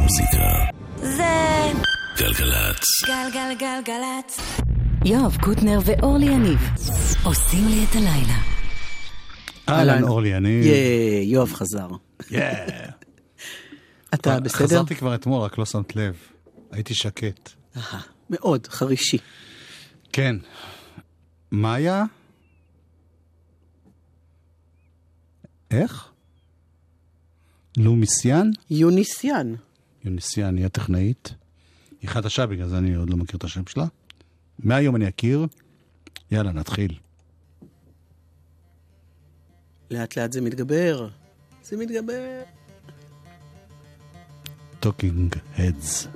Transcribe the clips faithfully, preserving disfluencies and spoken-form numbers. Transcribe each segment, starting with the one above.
המוזיקה זה גלגלצ. גלגלגלגלצ. יואב קוטנר ואורלי יניב עושים לי את הלילה. אהלן אורלי יניב. יואב חזר. אתה בסדר? חזרתי כבר אתמול, רק לא שמת לב. הייתי שקט. מאוד, חרישי. כן. מה היה? איך? לומיסיאן? יוניסיאן. יוניסיאן, היא הטכנאית. היא חדשה, בגלל זה אני עוד לא מכיר את השם שלה. מהיום אני אכיר. יאללה, נתחיל. לאט לאט זה מתגבר. זה מתגבר. Talking Heads.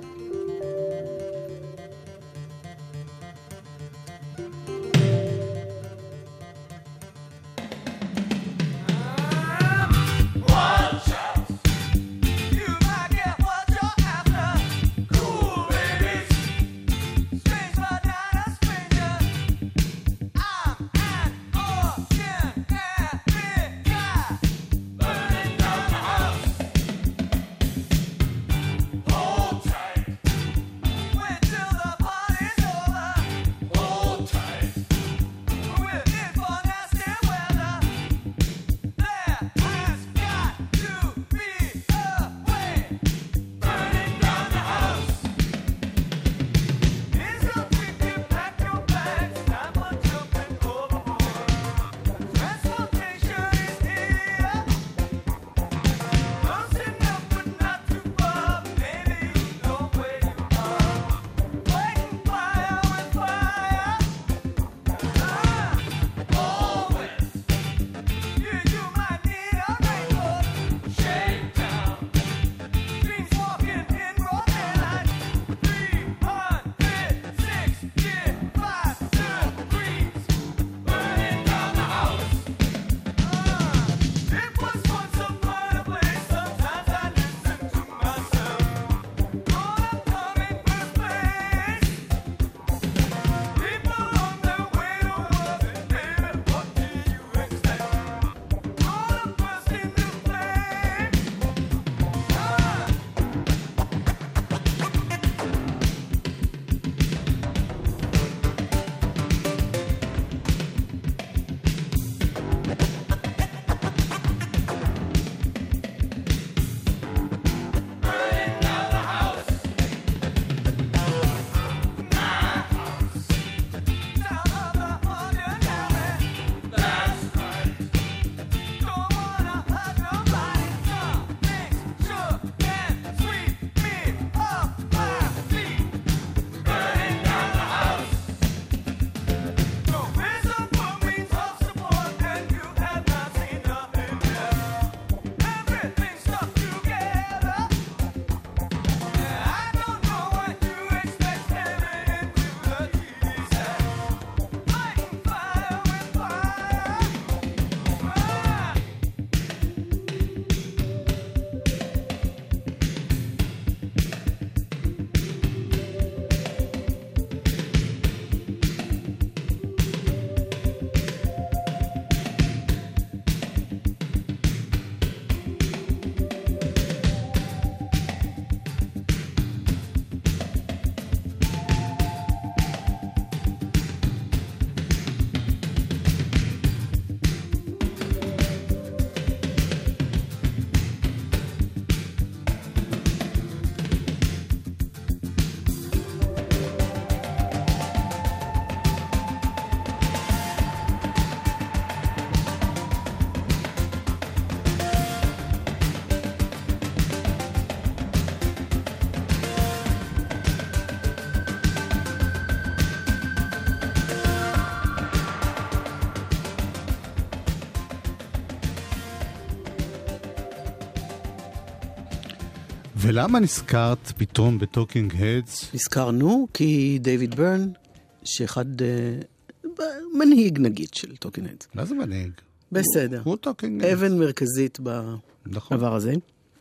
ולמה נזכרת פתאום בטוקינג הדס? נזכרנו כי דיוויד ברן, שאחד uh, מנהיג נגיד של טוקינג הדס. מה זה מנהיג? בסדר. הוא טוקינג הדס. אבן מרכזית נכון. בדבר הזה.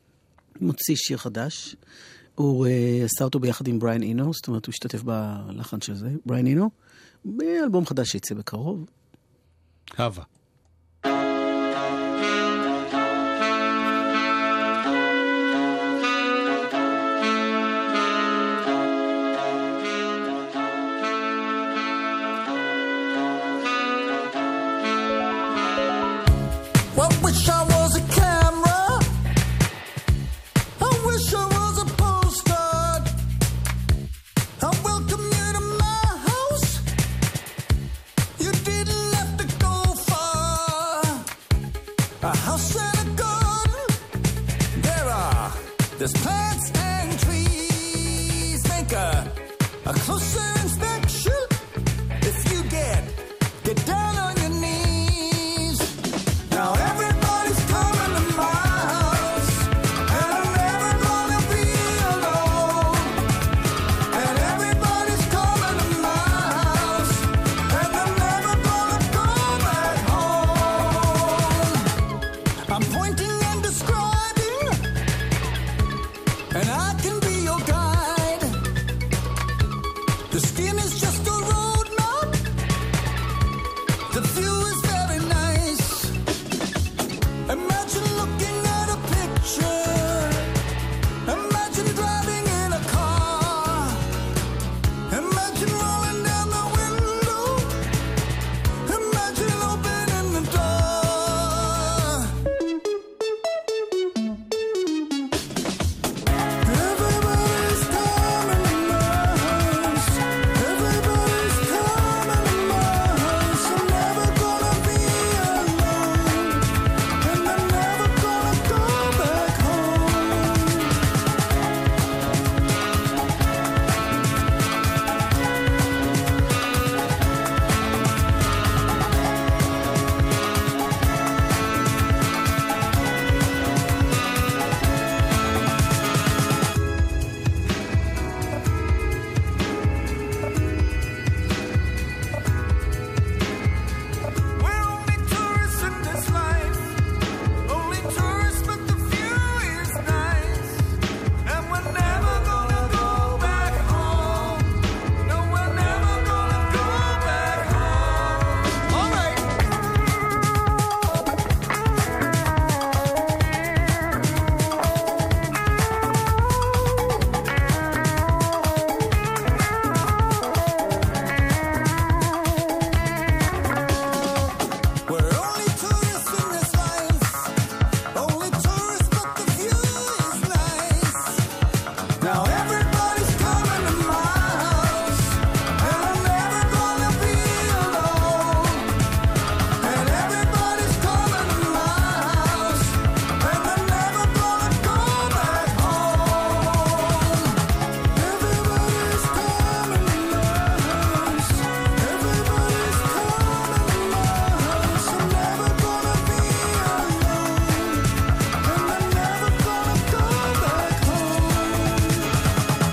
מוציא שיר חדש. הוא uh, עשה אותו ביחד עם בריין אינו, זאת אומרת הוא השתתף בלחן של זה, בריין אינו, באלבום חדש שיצא בקרוב. הווה. There's plants and trees. Make a, a closer inspection. If you get, get down on your knees. Now everybody's coming to my house, and I'm never gonna be alone. And everybody's coming to my house, and I'm never gonna go back home. I'm pointing and describing, and I can be your guide. The skin is just a road map. The view is very nice. Imagine looking at a picture. Imagine driving in a car. Imagine rolling down the window. Imagine opening the door. Everybody's coming to my house. Everybody's coming to my house. I'm never gonna be alone, and I'm never gonna go back home. We're only tourists in this life, only tourists, but the view is nice. And we're never gonna go back home. No, we're never gonna go back home. All right. We're only tourists in this life, only tourists, but the view is nice. Now everybody's coming to my house, and I'm never gonna be alone. And everybody's coming to my house, and I'm never gonna go back home. Everybody's coming to my house, everybody's coming to my house. I'm never gonna be alone, and I'm never gonna go back home.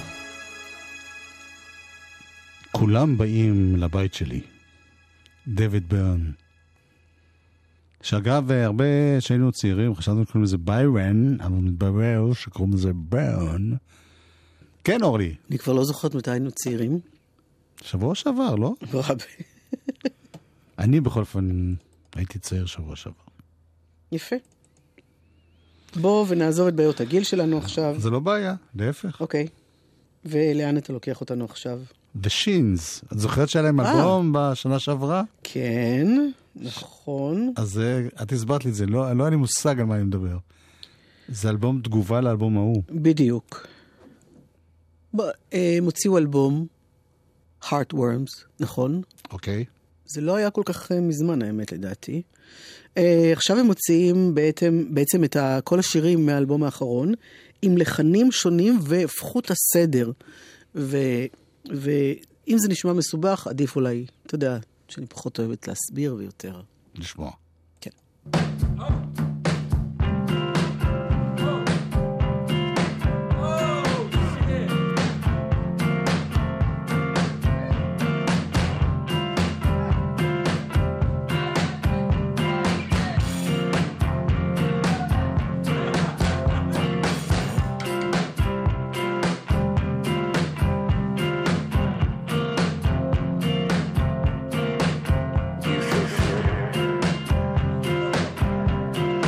כולם באים לבית שלי. דויד ברן. שאגב, הרבה שהיינו צעירים, חשבנו שקוראים לזה ביירן, אבל מתברר שקוראים לזה ברן. כן, אורלי. אני כבר לא זוכרת מתי היינו צעירים. שבוע שעבר, לא? לא הרבה. אני בכל אופן הייתי צעיר שבוע שעבר. יפה. בוא ונעזוב את בעיות הגיל שלנו עכשיו. זה לא בעיה, להפך. אוקיי. ולאן אתה לוקח אותנו עכשיו? The Shins. את זוכרת שהיה להם אה. אלבום בשנה שעברה? כן, נכון. אז אה, את הסברת לי את זה, לא, לא היה לי מושג על מה אני מדבר. זה אלבום תגובה לאלבום ההוא. בדיוק. ב- אה, הם הוציאו אלבום, Heartworms, נכון? אוקיי. זה לא היה כל כך אה, מזמן, האמת, לדעתי. אה, עכשיו הם מוציאים בעצם, בעצם את ה- כל השירים מהאלבום האחרון, עם לחנים שונים והפכות הסדר. ו... ואם זה נשמע מסובך, עדיף אולי, אתה יודע, שאני פחות אוהבת להסביר ויותר. לשמוע. כן. You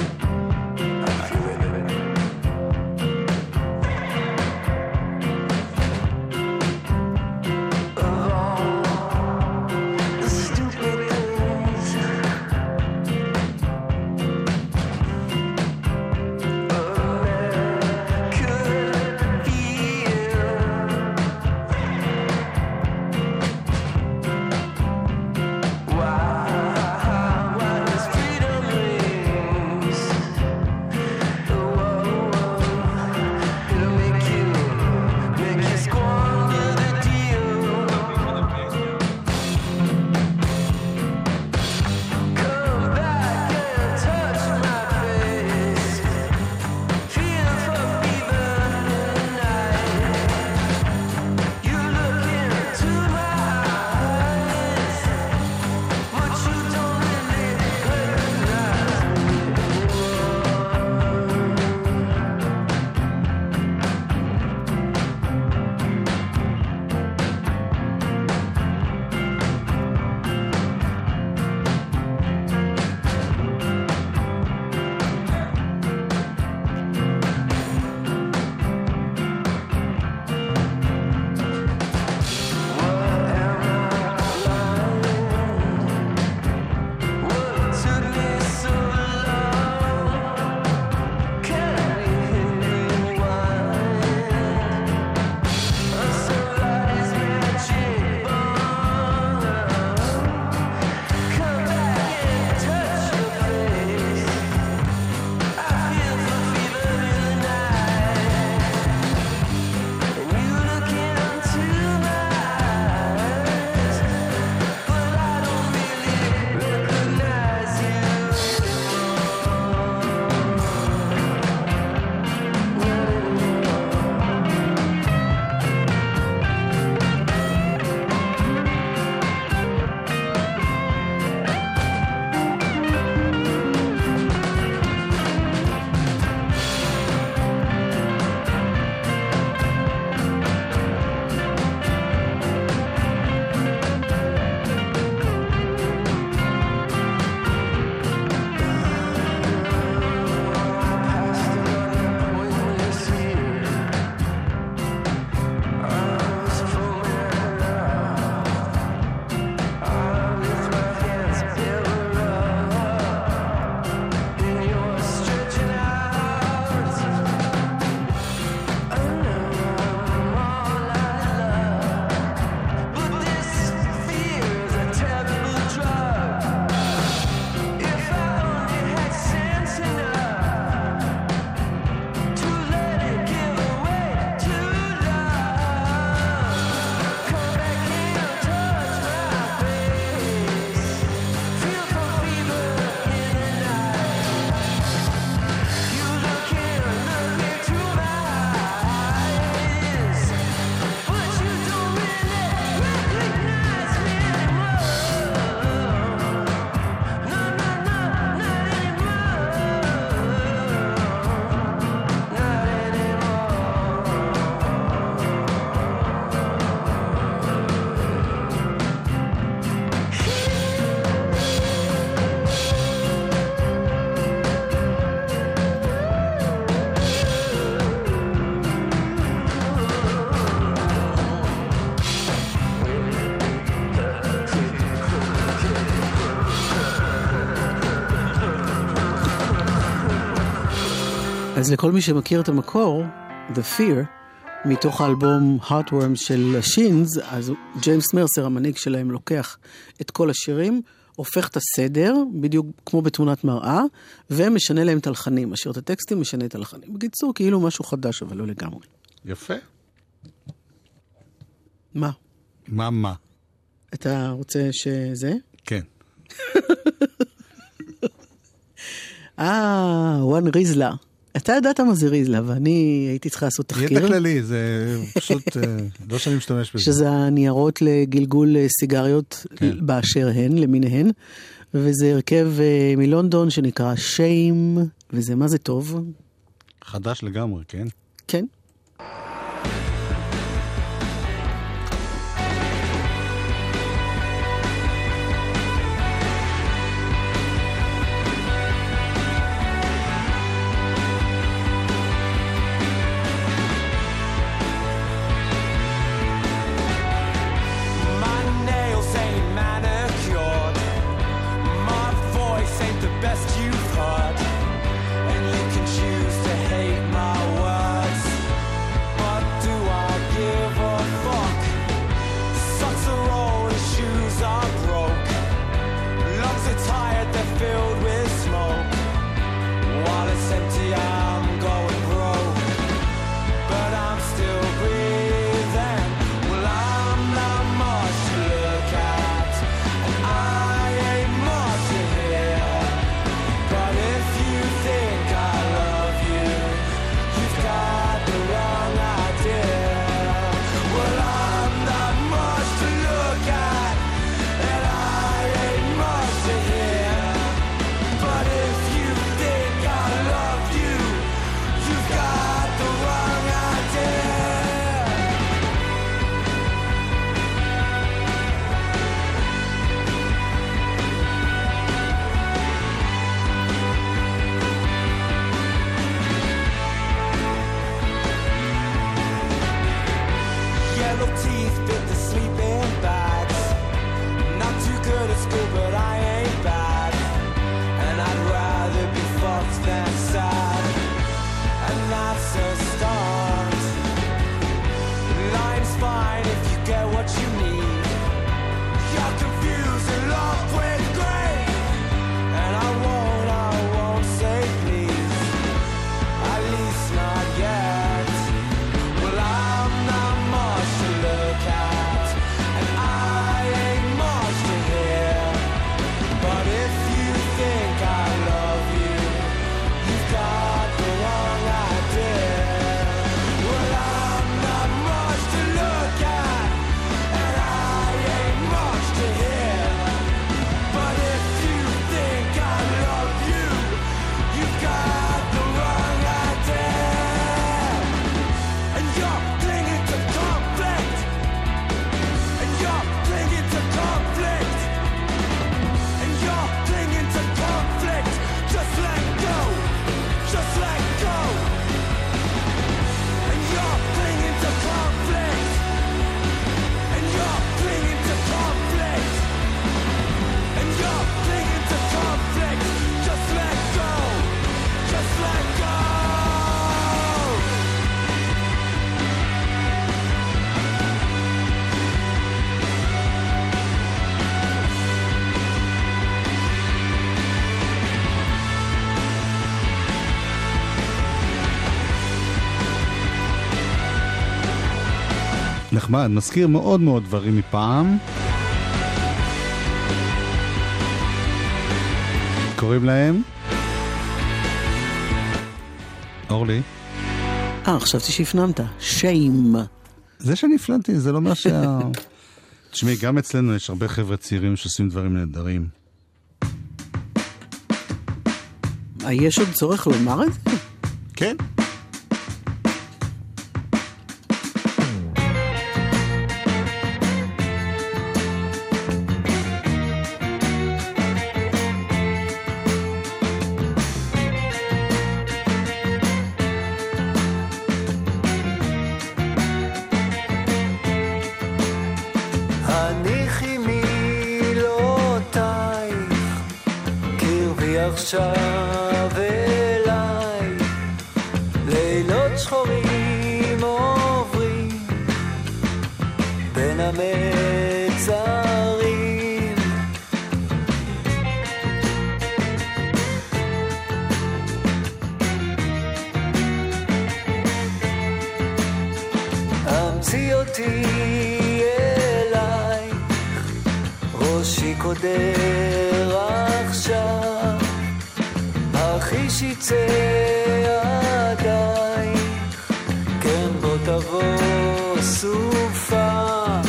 אז לכל מי שמכיר את המקור, The Fear, מתוך האלבום Heartworms של השינס, אז ג'יימס מרסר, המנהיג שלהם, לוקח את כל השירים, הופך את הסדר, בדיוק כמו בתמונת מראה, ומשנה להם את הלחנים. משאיר את הטקסטים, משנה את הלחנים. בקיצור, כאילו משהו חדש, אבל לא לגמרי. יפה. מה? מה, מה? אתה רוצה שזה? כן. אה, וואן ריזלה. אתה ידעת מה זה ריזלה, ואני הייתי צריכה לעשות תחקיר. ידע כללי, זה פשוט, לא שאני משתמש בזה. שזה הניירות לגלגול סיגריות כן. באשר הן, למיניהן, וזה הרכב מלונדון שנקרא שיים, וזה מה זה טוב. חדש לגמרי, כן? כן. נחמד, מזכיר מאוד מאוד דברים מפעם. קוראים להם? אורלי? אה, חשבתי שהפנמת. שיים. זה שאני הפנמתי, זה לא מה שה... תשמעי, גם אצלנו יש הרבה חבר'ה צעירים שעושים דברים נהדרים. יש עוד צורך לומר את זה? כן. עכשיו אליי אותי אלייך, ראשי קודר עכשיו, הכי שיצא ידייך, כן בוא תבוא סופה,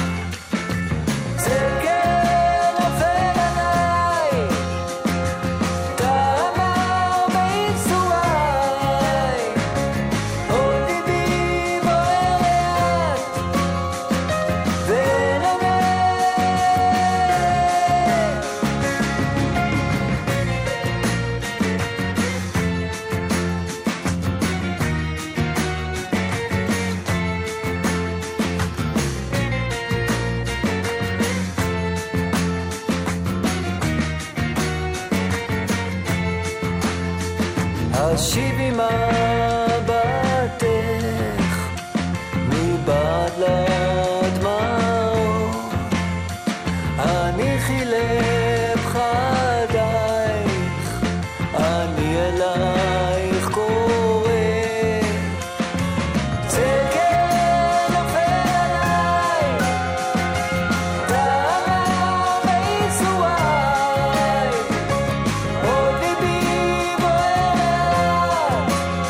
זה כן נופל עליי, תאמר ביצועי, עוד ליבי בוער לאט, וננה. השיבי מבטך מבעד לדמעות, הניחי לב חדייך, אני אלייך קורא, זה כן נופל עליי, תאמר ביצועי, עוד ליבי בוער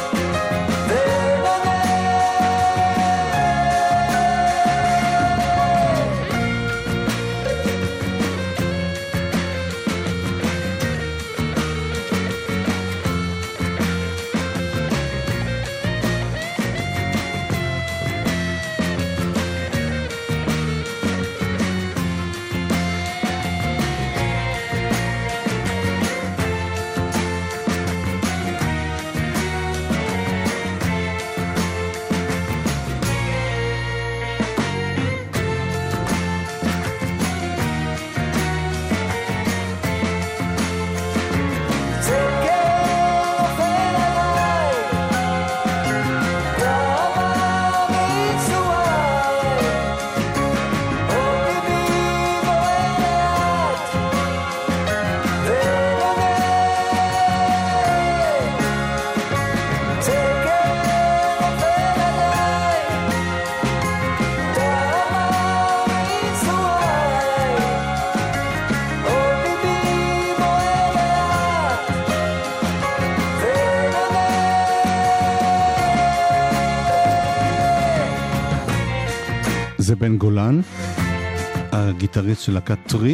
זה בן גולן, הגיטריסט של להקת טרי,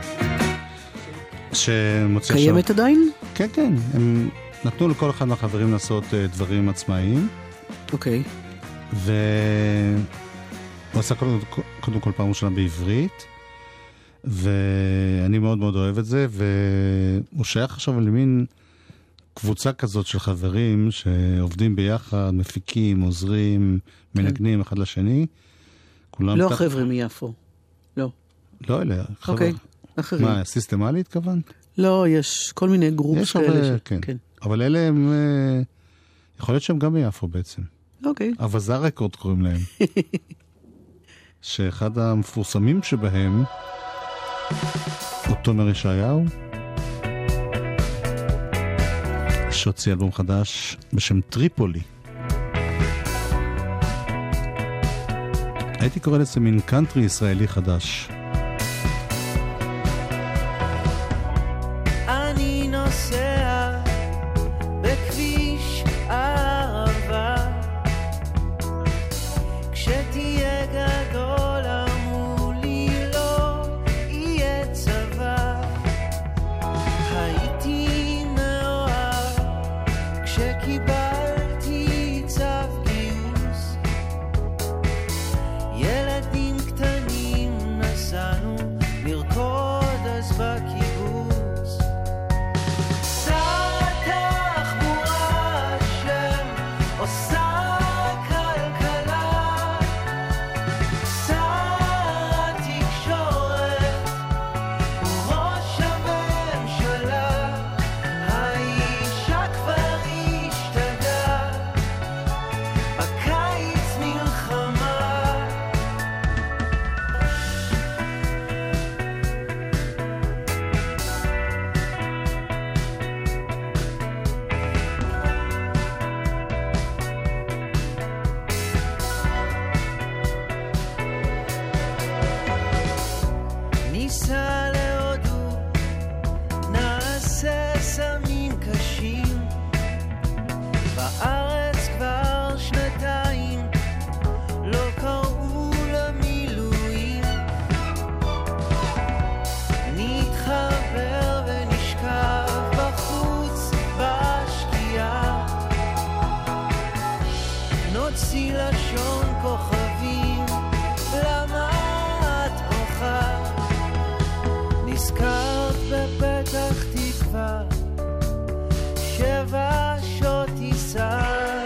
שמוצא קיימת שם... עדיין? כן, כן. הם נתנו לכל אחד מהחברים לעשות uh, דברים עצמאיים. אוקיי. והוא עשה קודם, קודם כל פעם ראשונה בעברית, ואני מאוד מאוד אוהב את זה, והוא שייך עכשיו למין קבוצה כזאת של חברים שעובדים ביחד, מפיקים, עוזרים, מנגנים אחד לשני. לא תח... חבר'ה מיפו. לא. לא אלה, חבר'ה. אוקיי, אחרים. מה, סיסטמלי התכוונת? לא, יש כל מיני גרופס כאלה. יש הרבה, כן. כן. אבל אלה הם, יכול להיות שהם גם מיפו בעצם. אוקיי. אבזר רקורד קוראים להם. שאחד המפורסמים שבהם הוא תומר ישעיהו, שהוציא אלבום חדש בשם טריפולי. הייתי קורא לזה מין קאנטרי ישראלי חדש. אני נוסע בכביש הערבה, כשתהיה גדול מולי לא יהיה צבא, הייתי נוער כשקיבלתי צו גיוס, ילדים קטנים נסע הכוכבים, למה את בוכה? נזכרת בפתח תקווה, שבע שעות טיסה.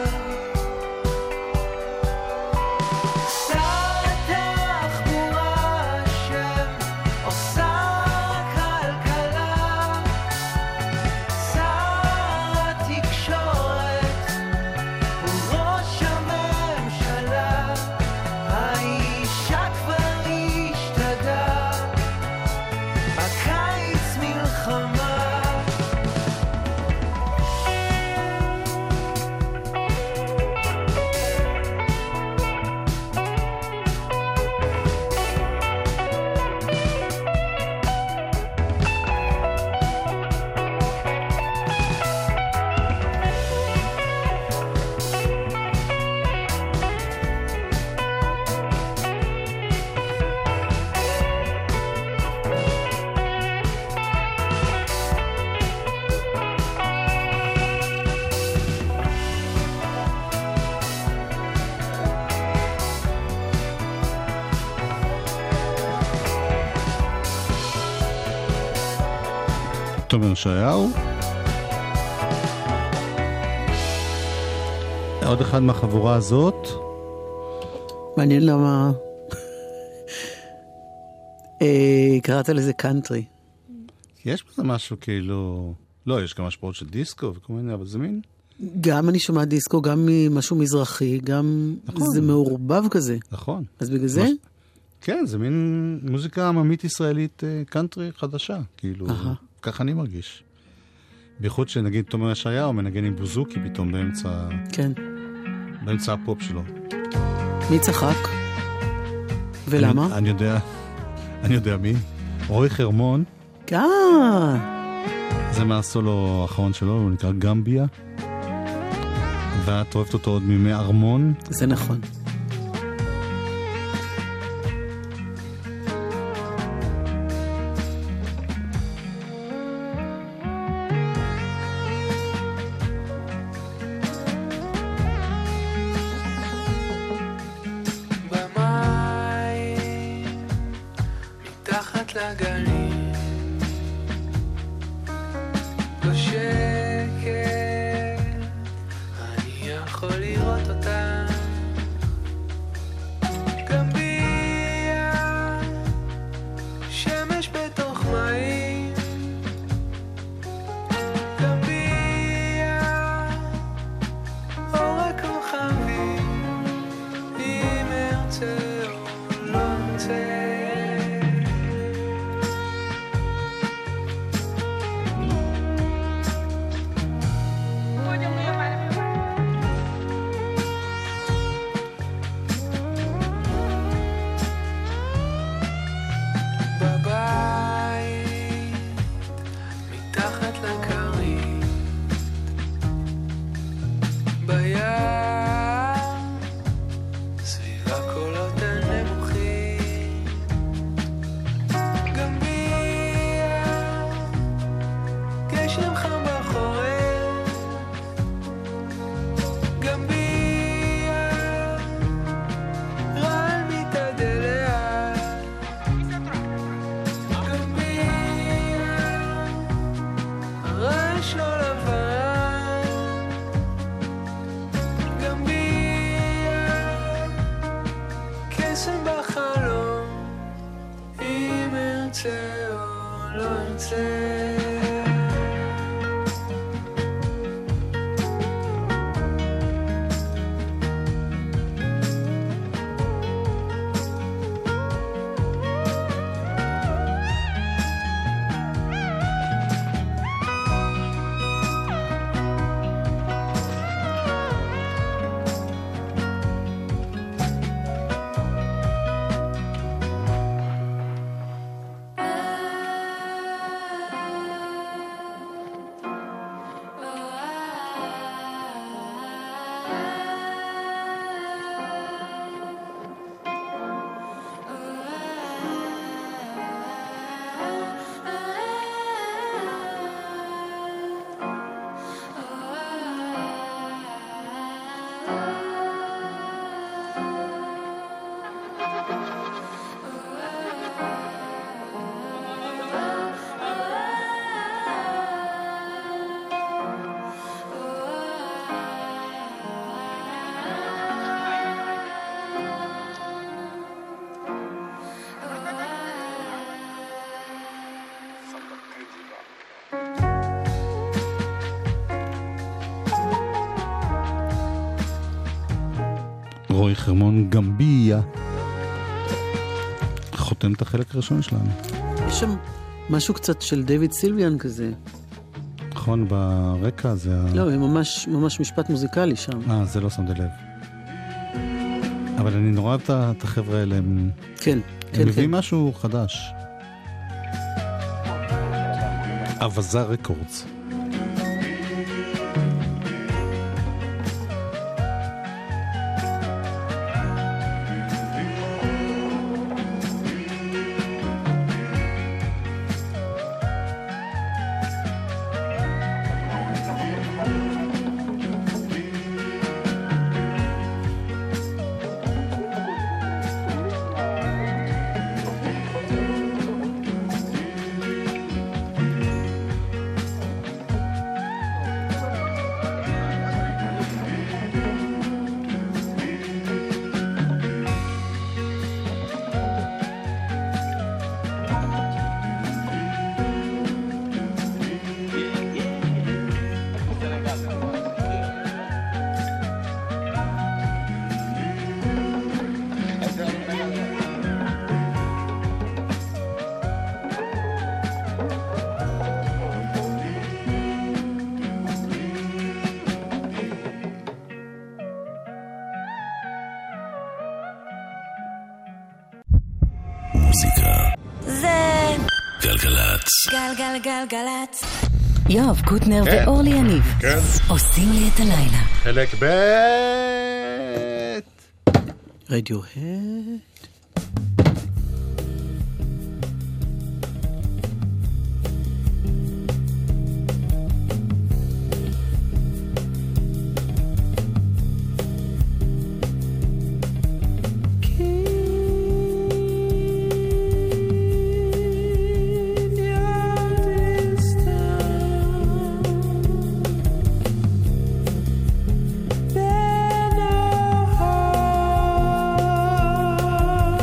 תומר ישעיהו. עוד אחד מהחבורה הזאת. מעניין למה אה, קראת לזה קאנטרי. יש בזה משהו כאילו... לא, יש גם השפעות של דיסקו וכל מיני, אבל זה מין... גם אני שומעת דיסקו, גם משהו מזרחי, גם נכון. זה מעורבב כזה. נכון. אז בגלל זה? מש... כן, זה מין מוזיקה עממית ישראלית קאנטרי חדשה, כאילו... Aha. ככה אני מרגיש. בייחוד שנגיד תומר ישעיהו מנגן עם בוזוקי פתאום באמצע... כן. באמצע הפופ שלו. מי צחק? ולמה? אני, אני יודע, אני יודע מי. רועי חרמון. אה! זה מהסולו האחרון שלו, הוא נקרא גמביה. ואת אוהבת אותו עוד מימי ארמון. זה נכון. רועי חרמון גמביה. חותם את החלק הראשון שלנו. יש שם משהו קצת של דיוויד סילביאן כזה. נכון, ברקע זה... לא, זה ממש, ממש משפט מוזיקלי שם. אה, זה לא שמתי לב. אבל אני נורא אוהב את החבר'ה האלה. הם, כן, כן, הם מביאים כן. משהו חדש. אבזה רקורדס. זה גלגלצ. גלגלגלגלצ. יואב קוטנר ואורלי יניב כן. עושים לי את הלילה. חלק ב' רדיוהד. Then our heart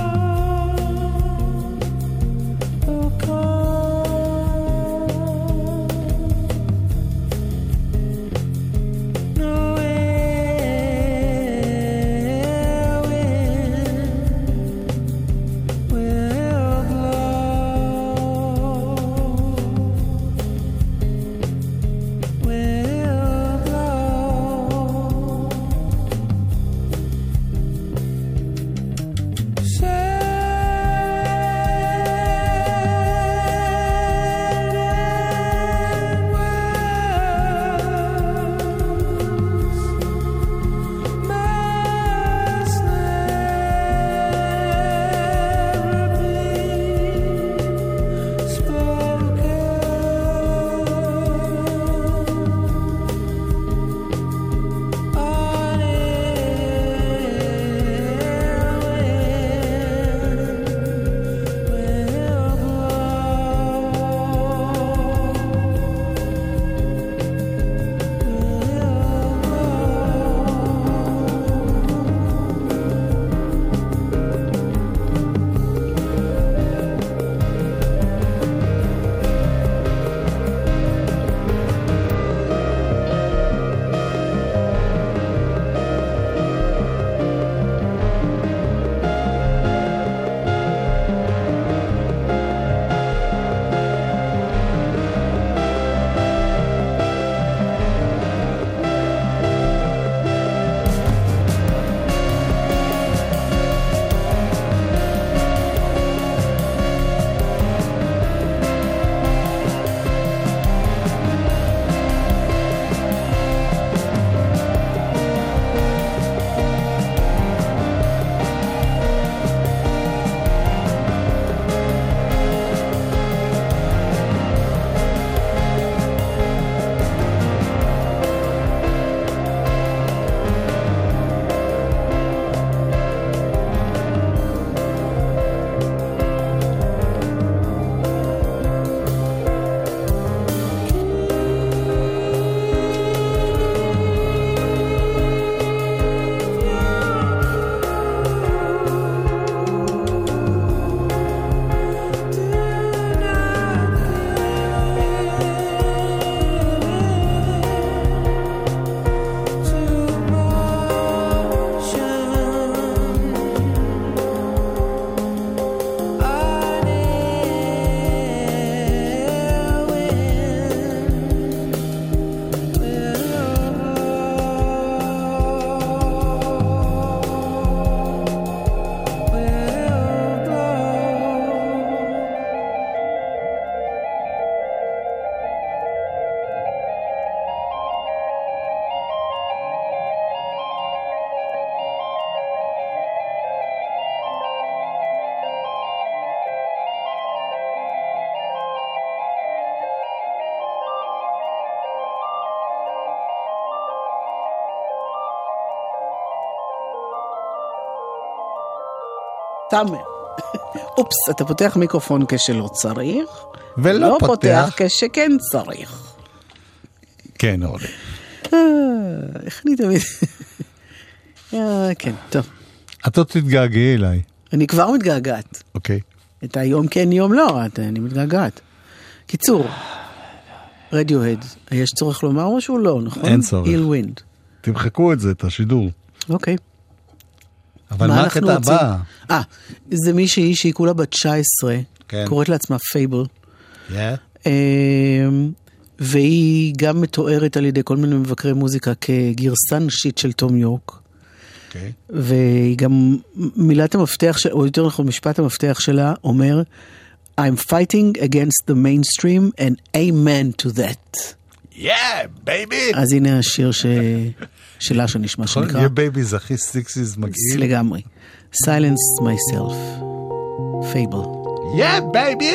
תאמר. אופס, אתה פותח מיקרופון כשלא צריך, ולא לא פותח. פותח כשכן צריך. כן, אורלי. אה, איך אני תמיד... אה, כן, טוב. את עוד תתגעגעי אליי. אני כבר מתגעגעת. אוקיי. את היום כן, יום לא, את, אני מתגעגעת. קיצור, רדיוהד, יש צורך לומר משהו? לא, נכון? אין צורך. איל ווינד. תמחקו את זה, את השידור. אוקיי. אבל מה אנחנו הקטע רוצים? הבא? אה, זה מישהי שהיא כולה בת תשע עשרה, כן. קוראת לעצמה פייבל. Yeah. אמ, והיא גם מתוארת על ידי כל מיני מבקרי מוזיקה כגרסה נשית של תום יורק. אוקיי. והיא גם, מילת המפתח, של, או יותר נכון משפט המפתח שלה, אומר, I'm fighting against the mainstream and amen to that. Yeah, baby! אז הנה השיר ש... שלה שנשמע שנקרא. Yeah, baby זה הכי סיקסיס מגעיל. לגמרי. Silence myself. Fable. Yeah, baby!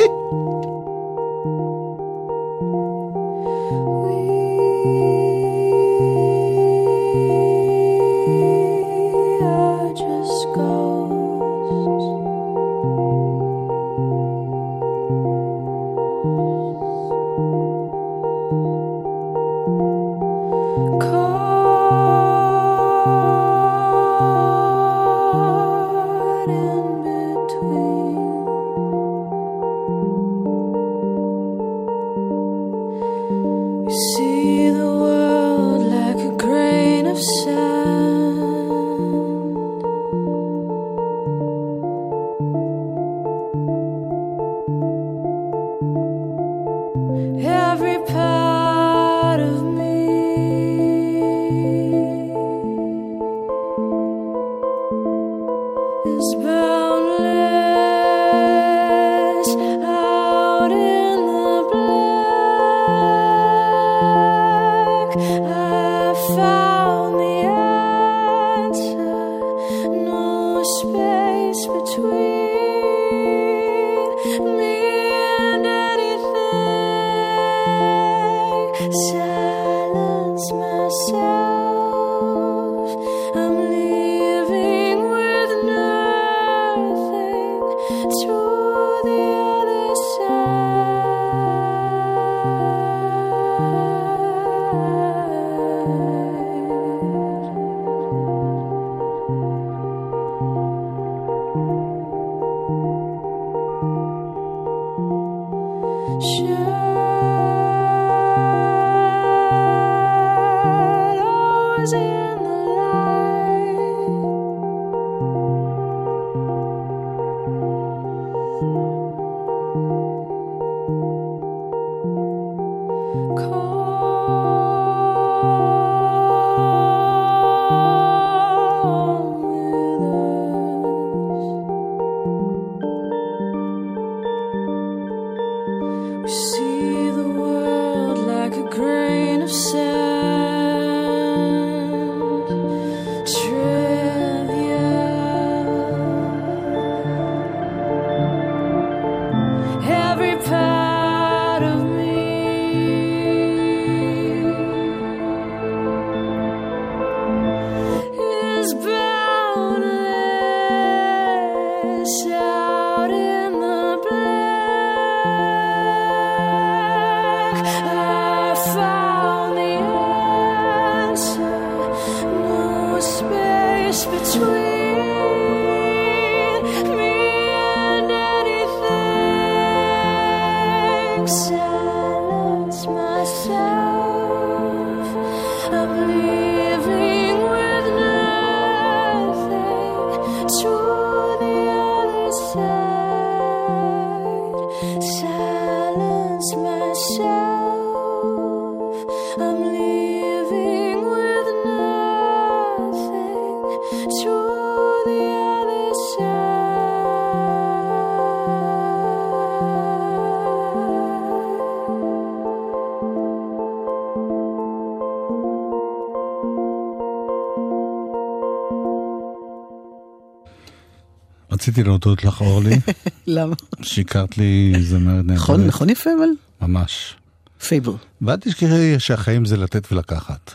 רציתי להודות לך, אורלי. למה? שיקרת לי זמרת נהדרת. נכון, נכון יפה, אבל? ממש. פייבל. ואל תשכחי שהחיים זה לתת ולקחת.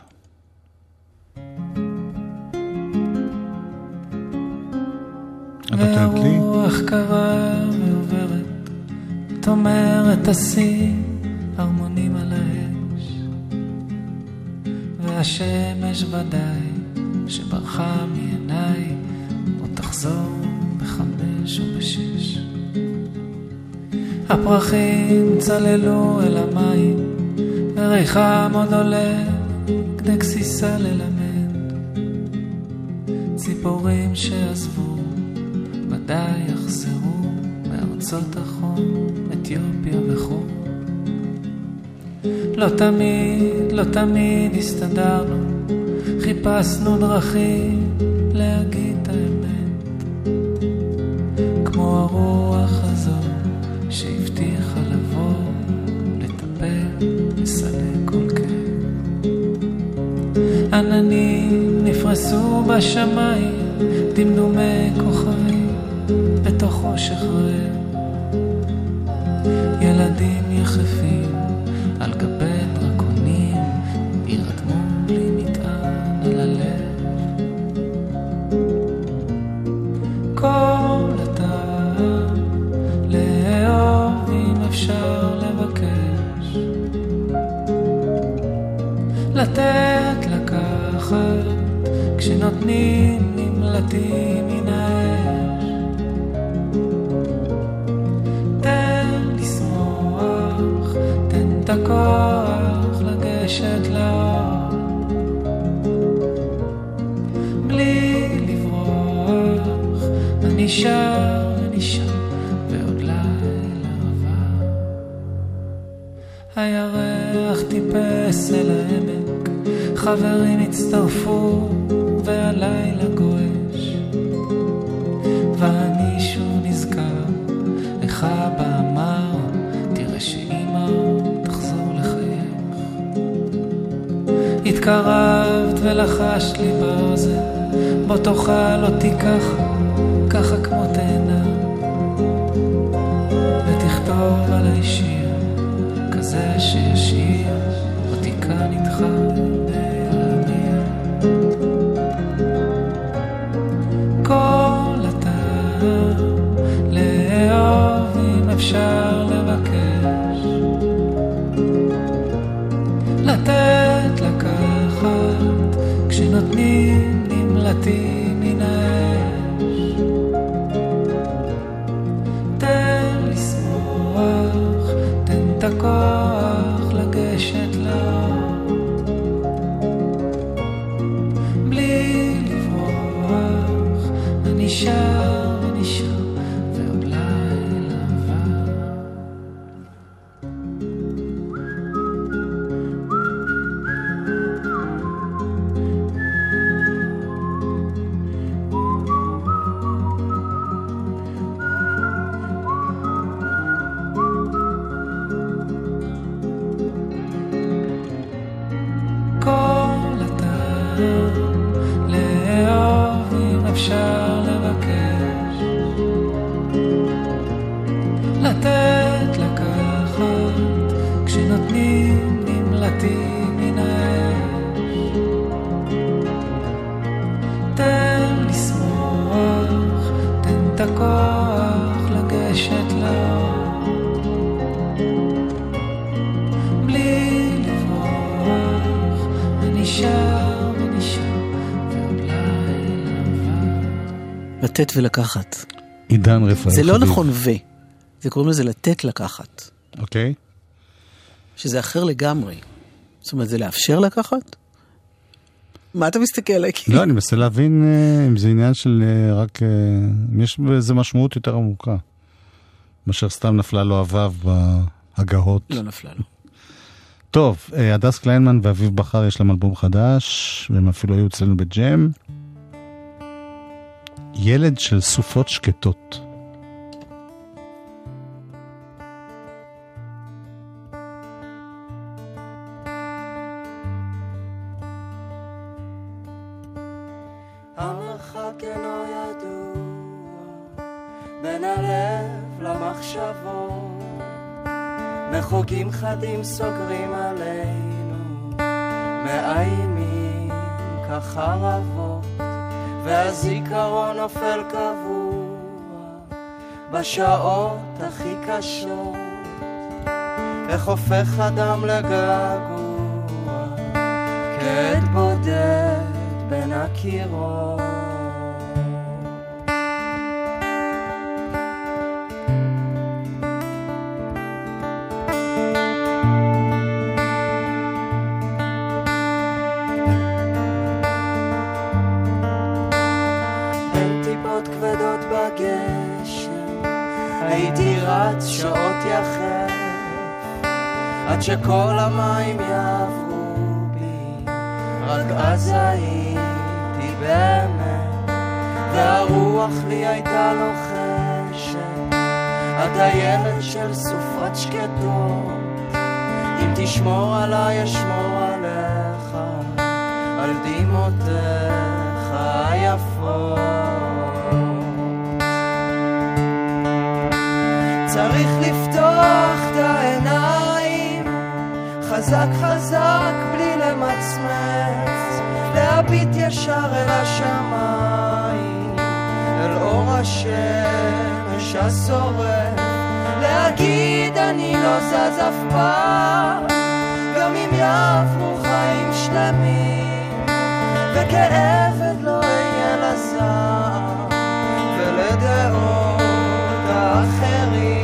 את נותנת לי? והרוח קרה ועוברת, את אומרת תשים הרמונים על האש, והשמש ודאי שברחה מעיניי, עוד תחזור בחמש או בשש. הפרחים צללו אל המים, וריחם עוד עולה כדי גסיסה ללמד. ציפורים שעזבו ודאי יחזרו מארצות החום, אתיופיה וחור. לא תמיד, לא תמיד הסתדרנו, חיפשנו דרכים להגיד את האמת, כמו הרוח הזו שהבטיחה לבוא, לטפל, לסלק כל כאב. עננים נפרסו בשמיים, דמדומי כוכבים בתוך חושך רב. ילדים יחפים על גבי דרקונים, ירדמו לי מטען על הלב. כל הטעם לאהוב אם אפשר לבקש, לתת לקחת כשנותנים נמלטים מן האש. תן לשמוח, תן את הכוח לגשת לאור, בלי לברוח, אני שר, אני שר, ועוד לילה עבר. הירח טיפס אל העמק, חברים הצטרפו והלילה גועש, ואני שוב נזכר איך אבא אמר, תראה שאמא תחזור לחייך. התקרבת ולחשת לי באוזן, בוא תאכל אותי ככה, ככה כמו תאנה, ותכתוב עליי שיר כזה שישיר אותי כאן איתך. כל הטעם לאהוב אם אפשר לבקש, לתת לקחת כשנותנים נמלטים מן האש. תן לשמוח, תן את הכוח לגשת לאור, בלי לברוח, אני שר, אני שר, ועוד לילה עבר. כל הטעם לאהוב אם אפשר לבקש, לתת לקחת כשנותנים נמלטים מן האש. תן לשמוח, תן את הכוח לגשת לאור, בלי לברוח, אני שר ואני שר, ועוד לילה עבר. לתת ולקחת. עידן רפאל. זה לא חביב. נכון ו. זה קוראים לזה לתת לקחת. אוקיי. שזה אחר לגמרי. זאת אומרת, זה לאפשר לקחת? מה אתה מסתכל עליי? לא, אני מנסה להבין אה, אם זה עניין של אה, רק... אה, אם יש בזה משמעות יותר עמוקה. מאשר סתם נפלה לו אבב בהגהות. לא נפלה לו. טוב, אה, הדס קליינמן ואביב בחר יש להם אלבום חדש, והם אפילו היו אצלנו בג'ם. ילד של סופות שקטות. המרחק אינו ידוע בין הלב למחשבות, מחוגים חדים סוגרים עלינו, מאיימים כחרבות, והזיכרון נופל כבול בשעות הכי קשות, איך הופך אדם לגעגוע, כעד בודד בין הקירות. הייתי רץ שעות יחף עד שכל המים יעברו בי, רק אז הייתי באמת, והרוח לי הייתה לוחשת, אתה ילד של סופות שקטות, אם תשמור עליי אשמור עליך, על דמעותיך היפות. צריך לפתוח את העיניים חזק חזק בלי למצמץ, להביט ישר אל השמיים, אל אור השמש השורף, להגיד אני לא זז אף פעם, גם אם יעברו חיים שלמים, וכעבד לא אהיה לזר ולדעות האחרים.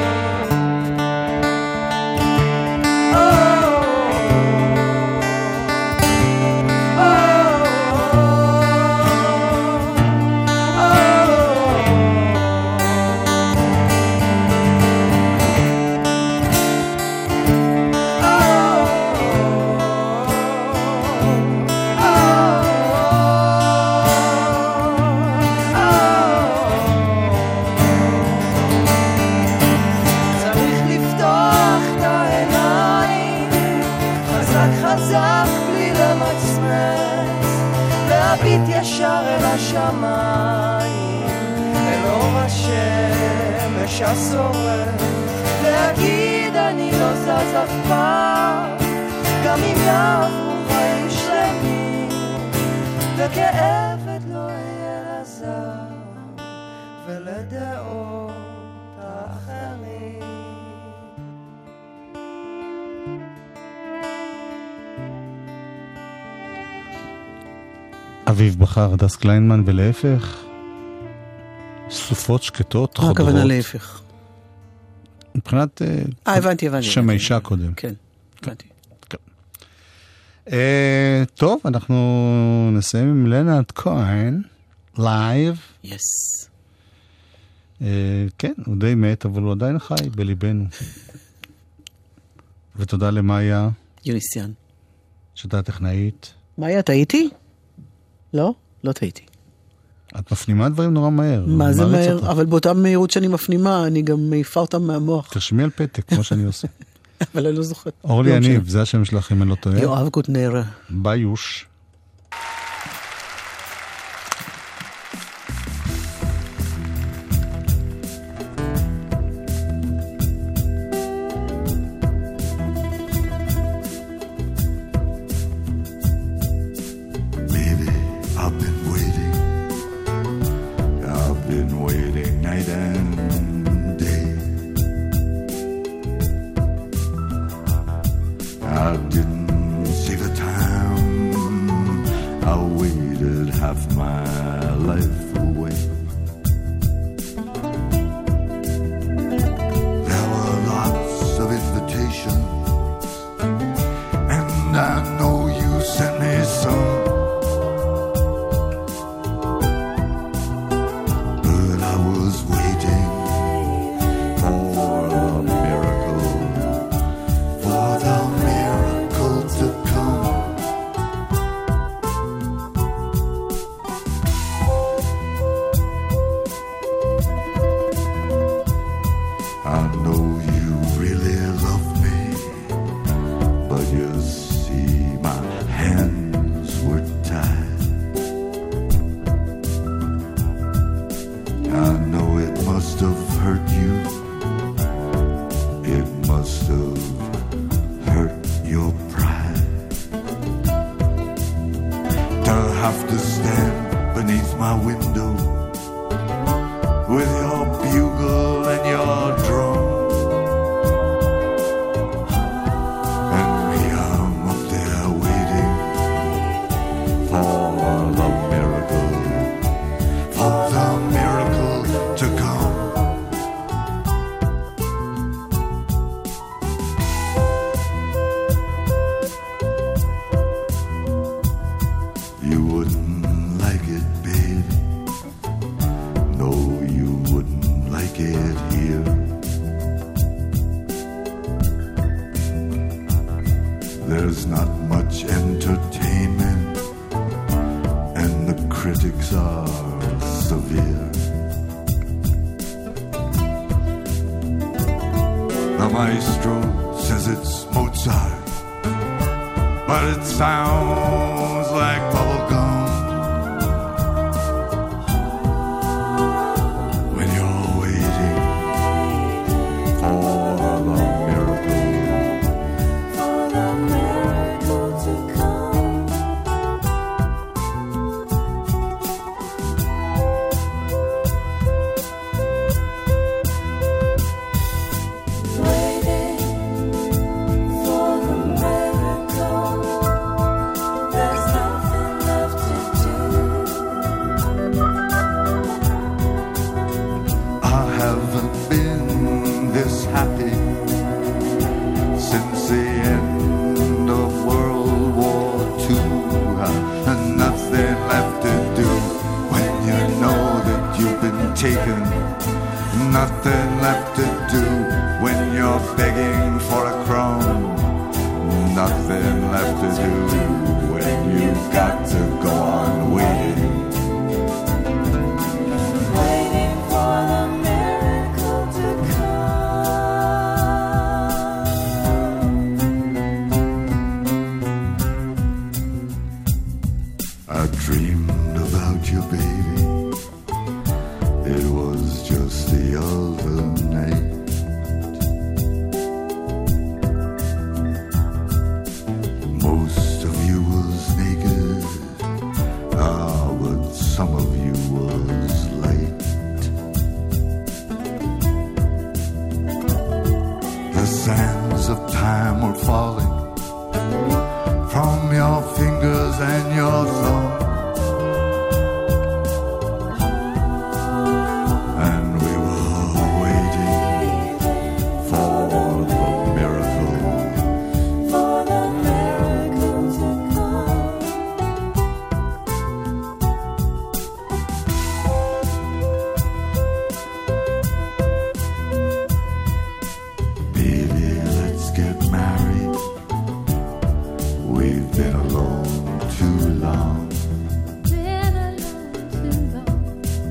ישר אל השמיים, אל אור השמש השורף, להגיד אני לא זז אף פעם, גם אם יעברו חיים שלמים, וכעבד לא אהיה לזר ולדעות האחרים. אביב בחר דס קליינמן ולהפך, סופות שקטות חודרות. מה הכוונה להפך? מבחינת אה, הבנתי, הבנתי. שם האישה קודם. כן, הבנתי. טוב, אנחנו נסיים עם לנארד כהן, לייב. יס. כן, הוא די מת, אבל הוא עדיין חי בליבנו. ותודה למאיה. יוניסיאן. שאתה טכנאית. מאיה, טעיתי? לא? לא טעיתי. את מפנימה דברים נורא מהר. מה זה מהר? אותך. אבל באותה מהירות שאני מפנימה, אני גם מעיפה אותם מהמוח. תרשמי על פתק, כמו שאני עושה. אבל אני לא זוכרת. אורלי יניב, זה השם שלך אם אני לא טועה. יואב קוטנר. ביוש. But I was waiting kid here. There's not much entertainment, and the critics are severe. The maestro says it's Mozart, but it sounds like bubblegum. When you're waiting for the miracle, for the miracle to come. Waiting for the miracle, there's nothing left to do. I haven't been this happy since the end of World War Two. And nothing left to do when you know that you've been taken. Nothing left to do when you're begging for a crumb. Nothing left to do when you've got to go on waiting. Waiting for the miracle to I dreamed about you, baby. It was just the other night. Most of you was naked, ah, but some of you was light. The sands of time were falling from your fingers and your thumb. And we were waiting for the miracle. for the miracle to come. Baby, let's get married. We've been alone too long. Been alone too long.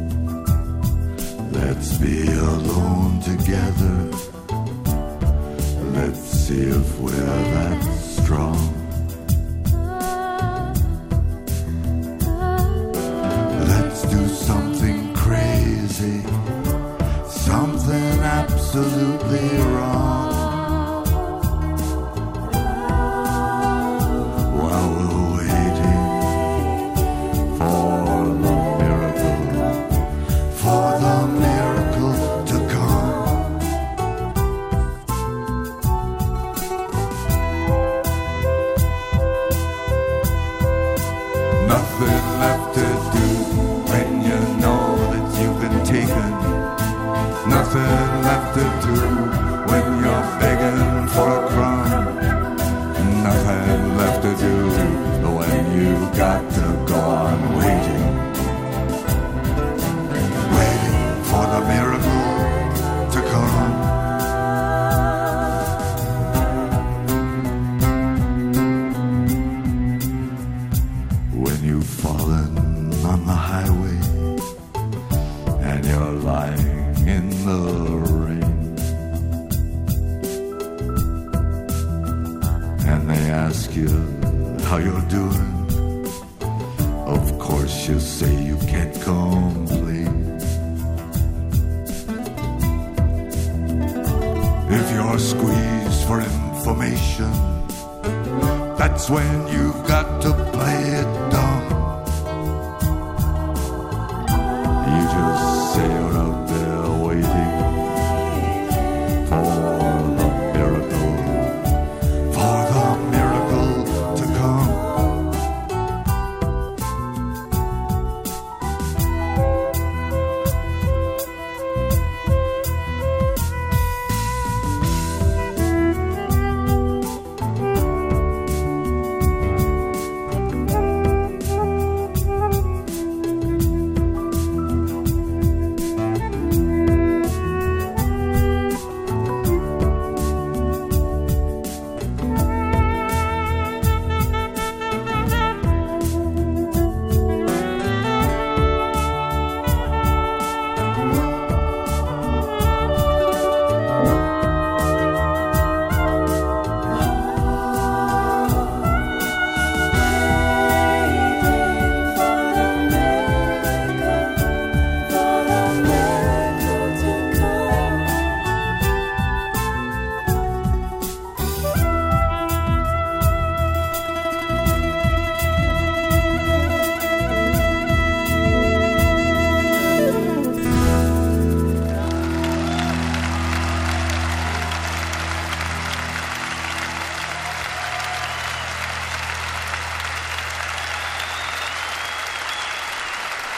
Let's be alone together. Let's see if we're that strong. Let's do something crazy, something absolutely wrong. While we're waiting for the miracle, for the miracle to come. Nothing left to do when you know that you've been taken. Nothing left to do when you're begging for a crumb. Nothing left to do when you've got to go on waiting. Waiting for the miracle to come. When you've fallen on the highway and you're lying in the rain, and they ask you how you're doing, of course you say you can't complain. If you're squeezed for information, that's when you've got to play it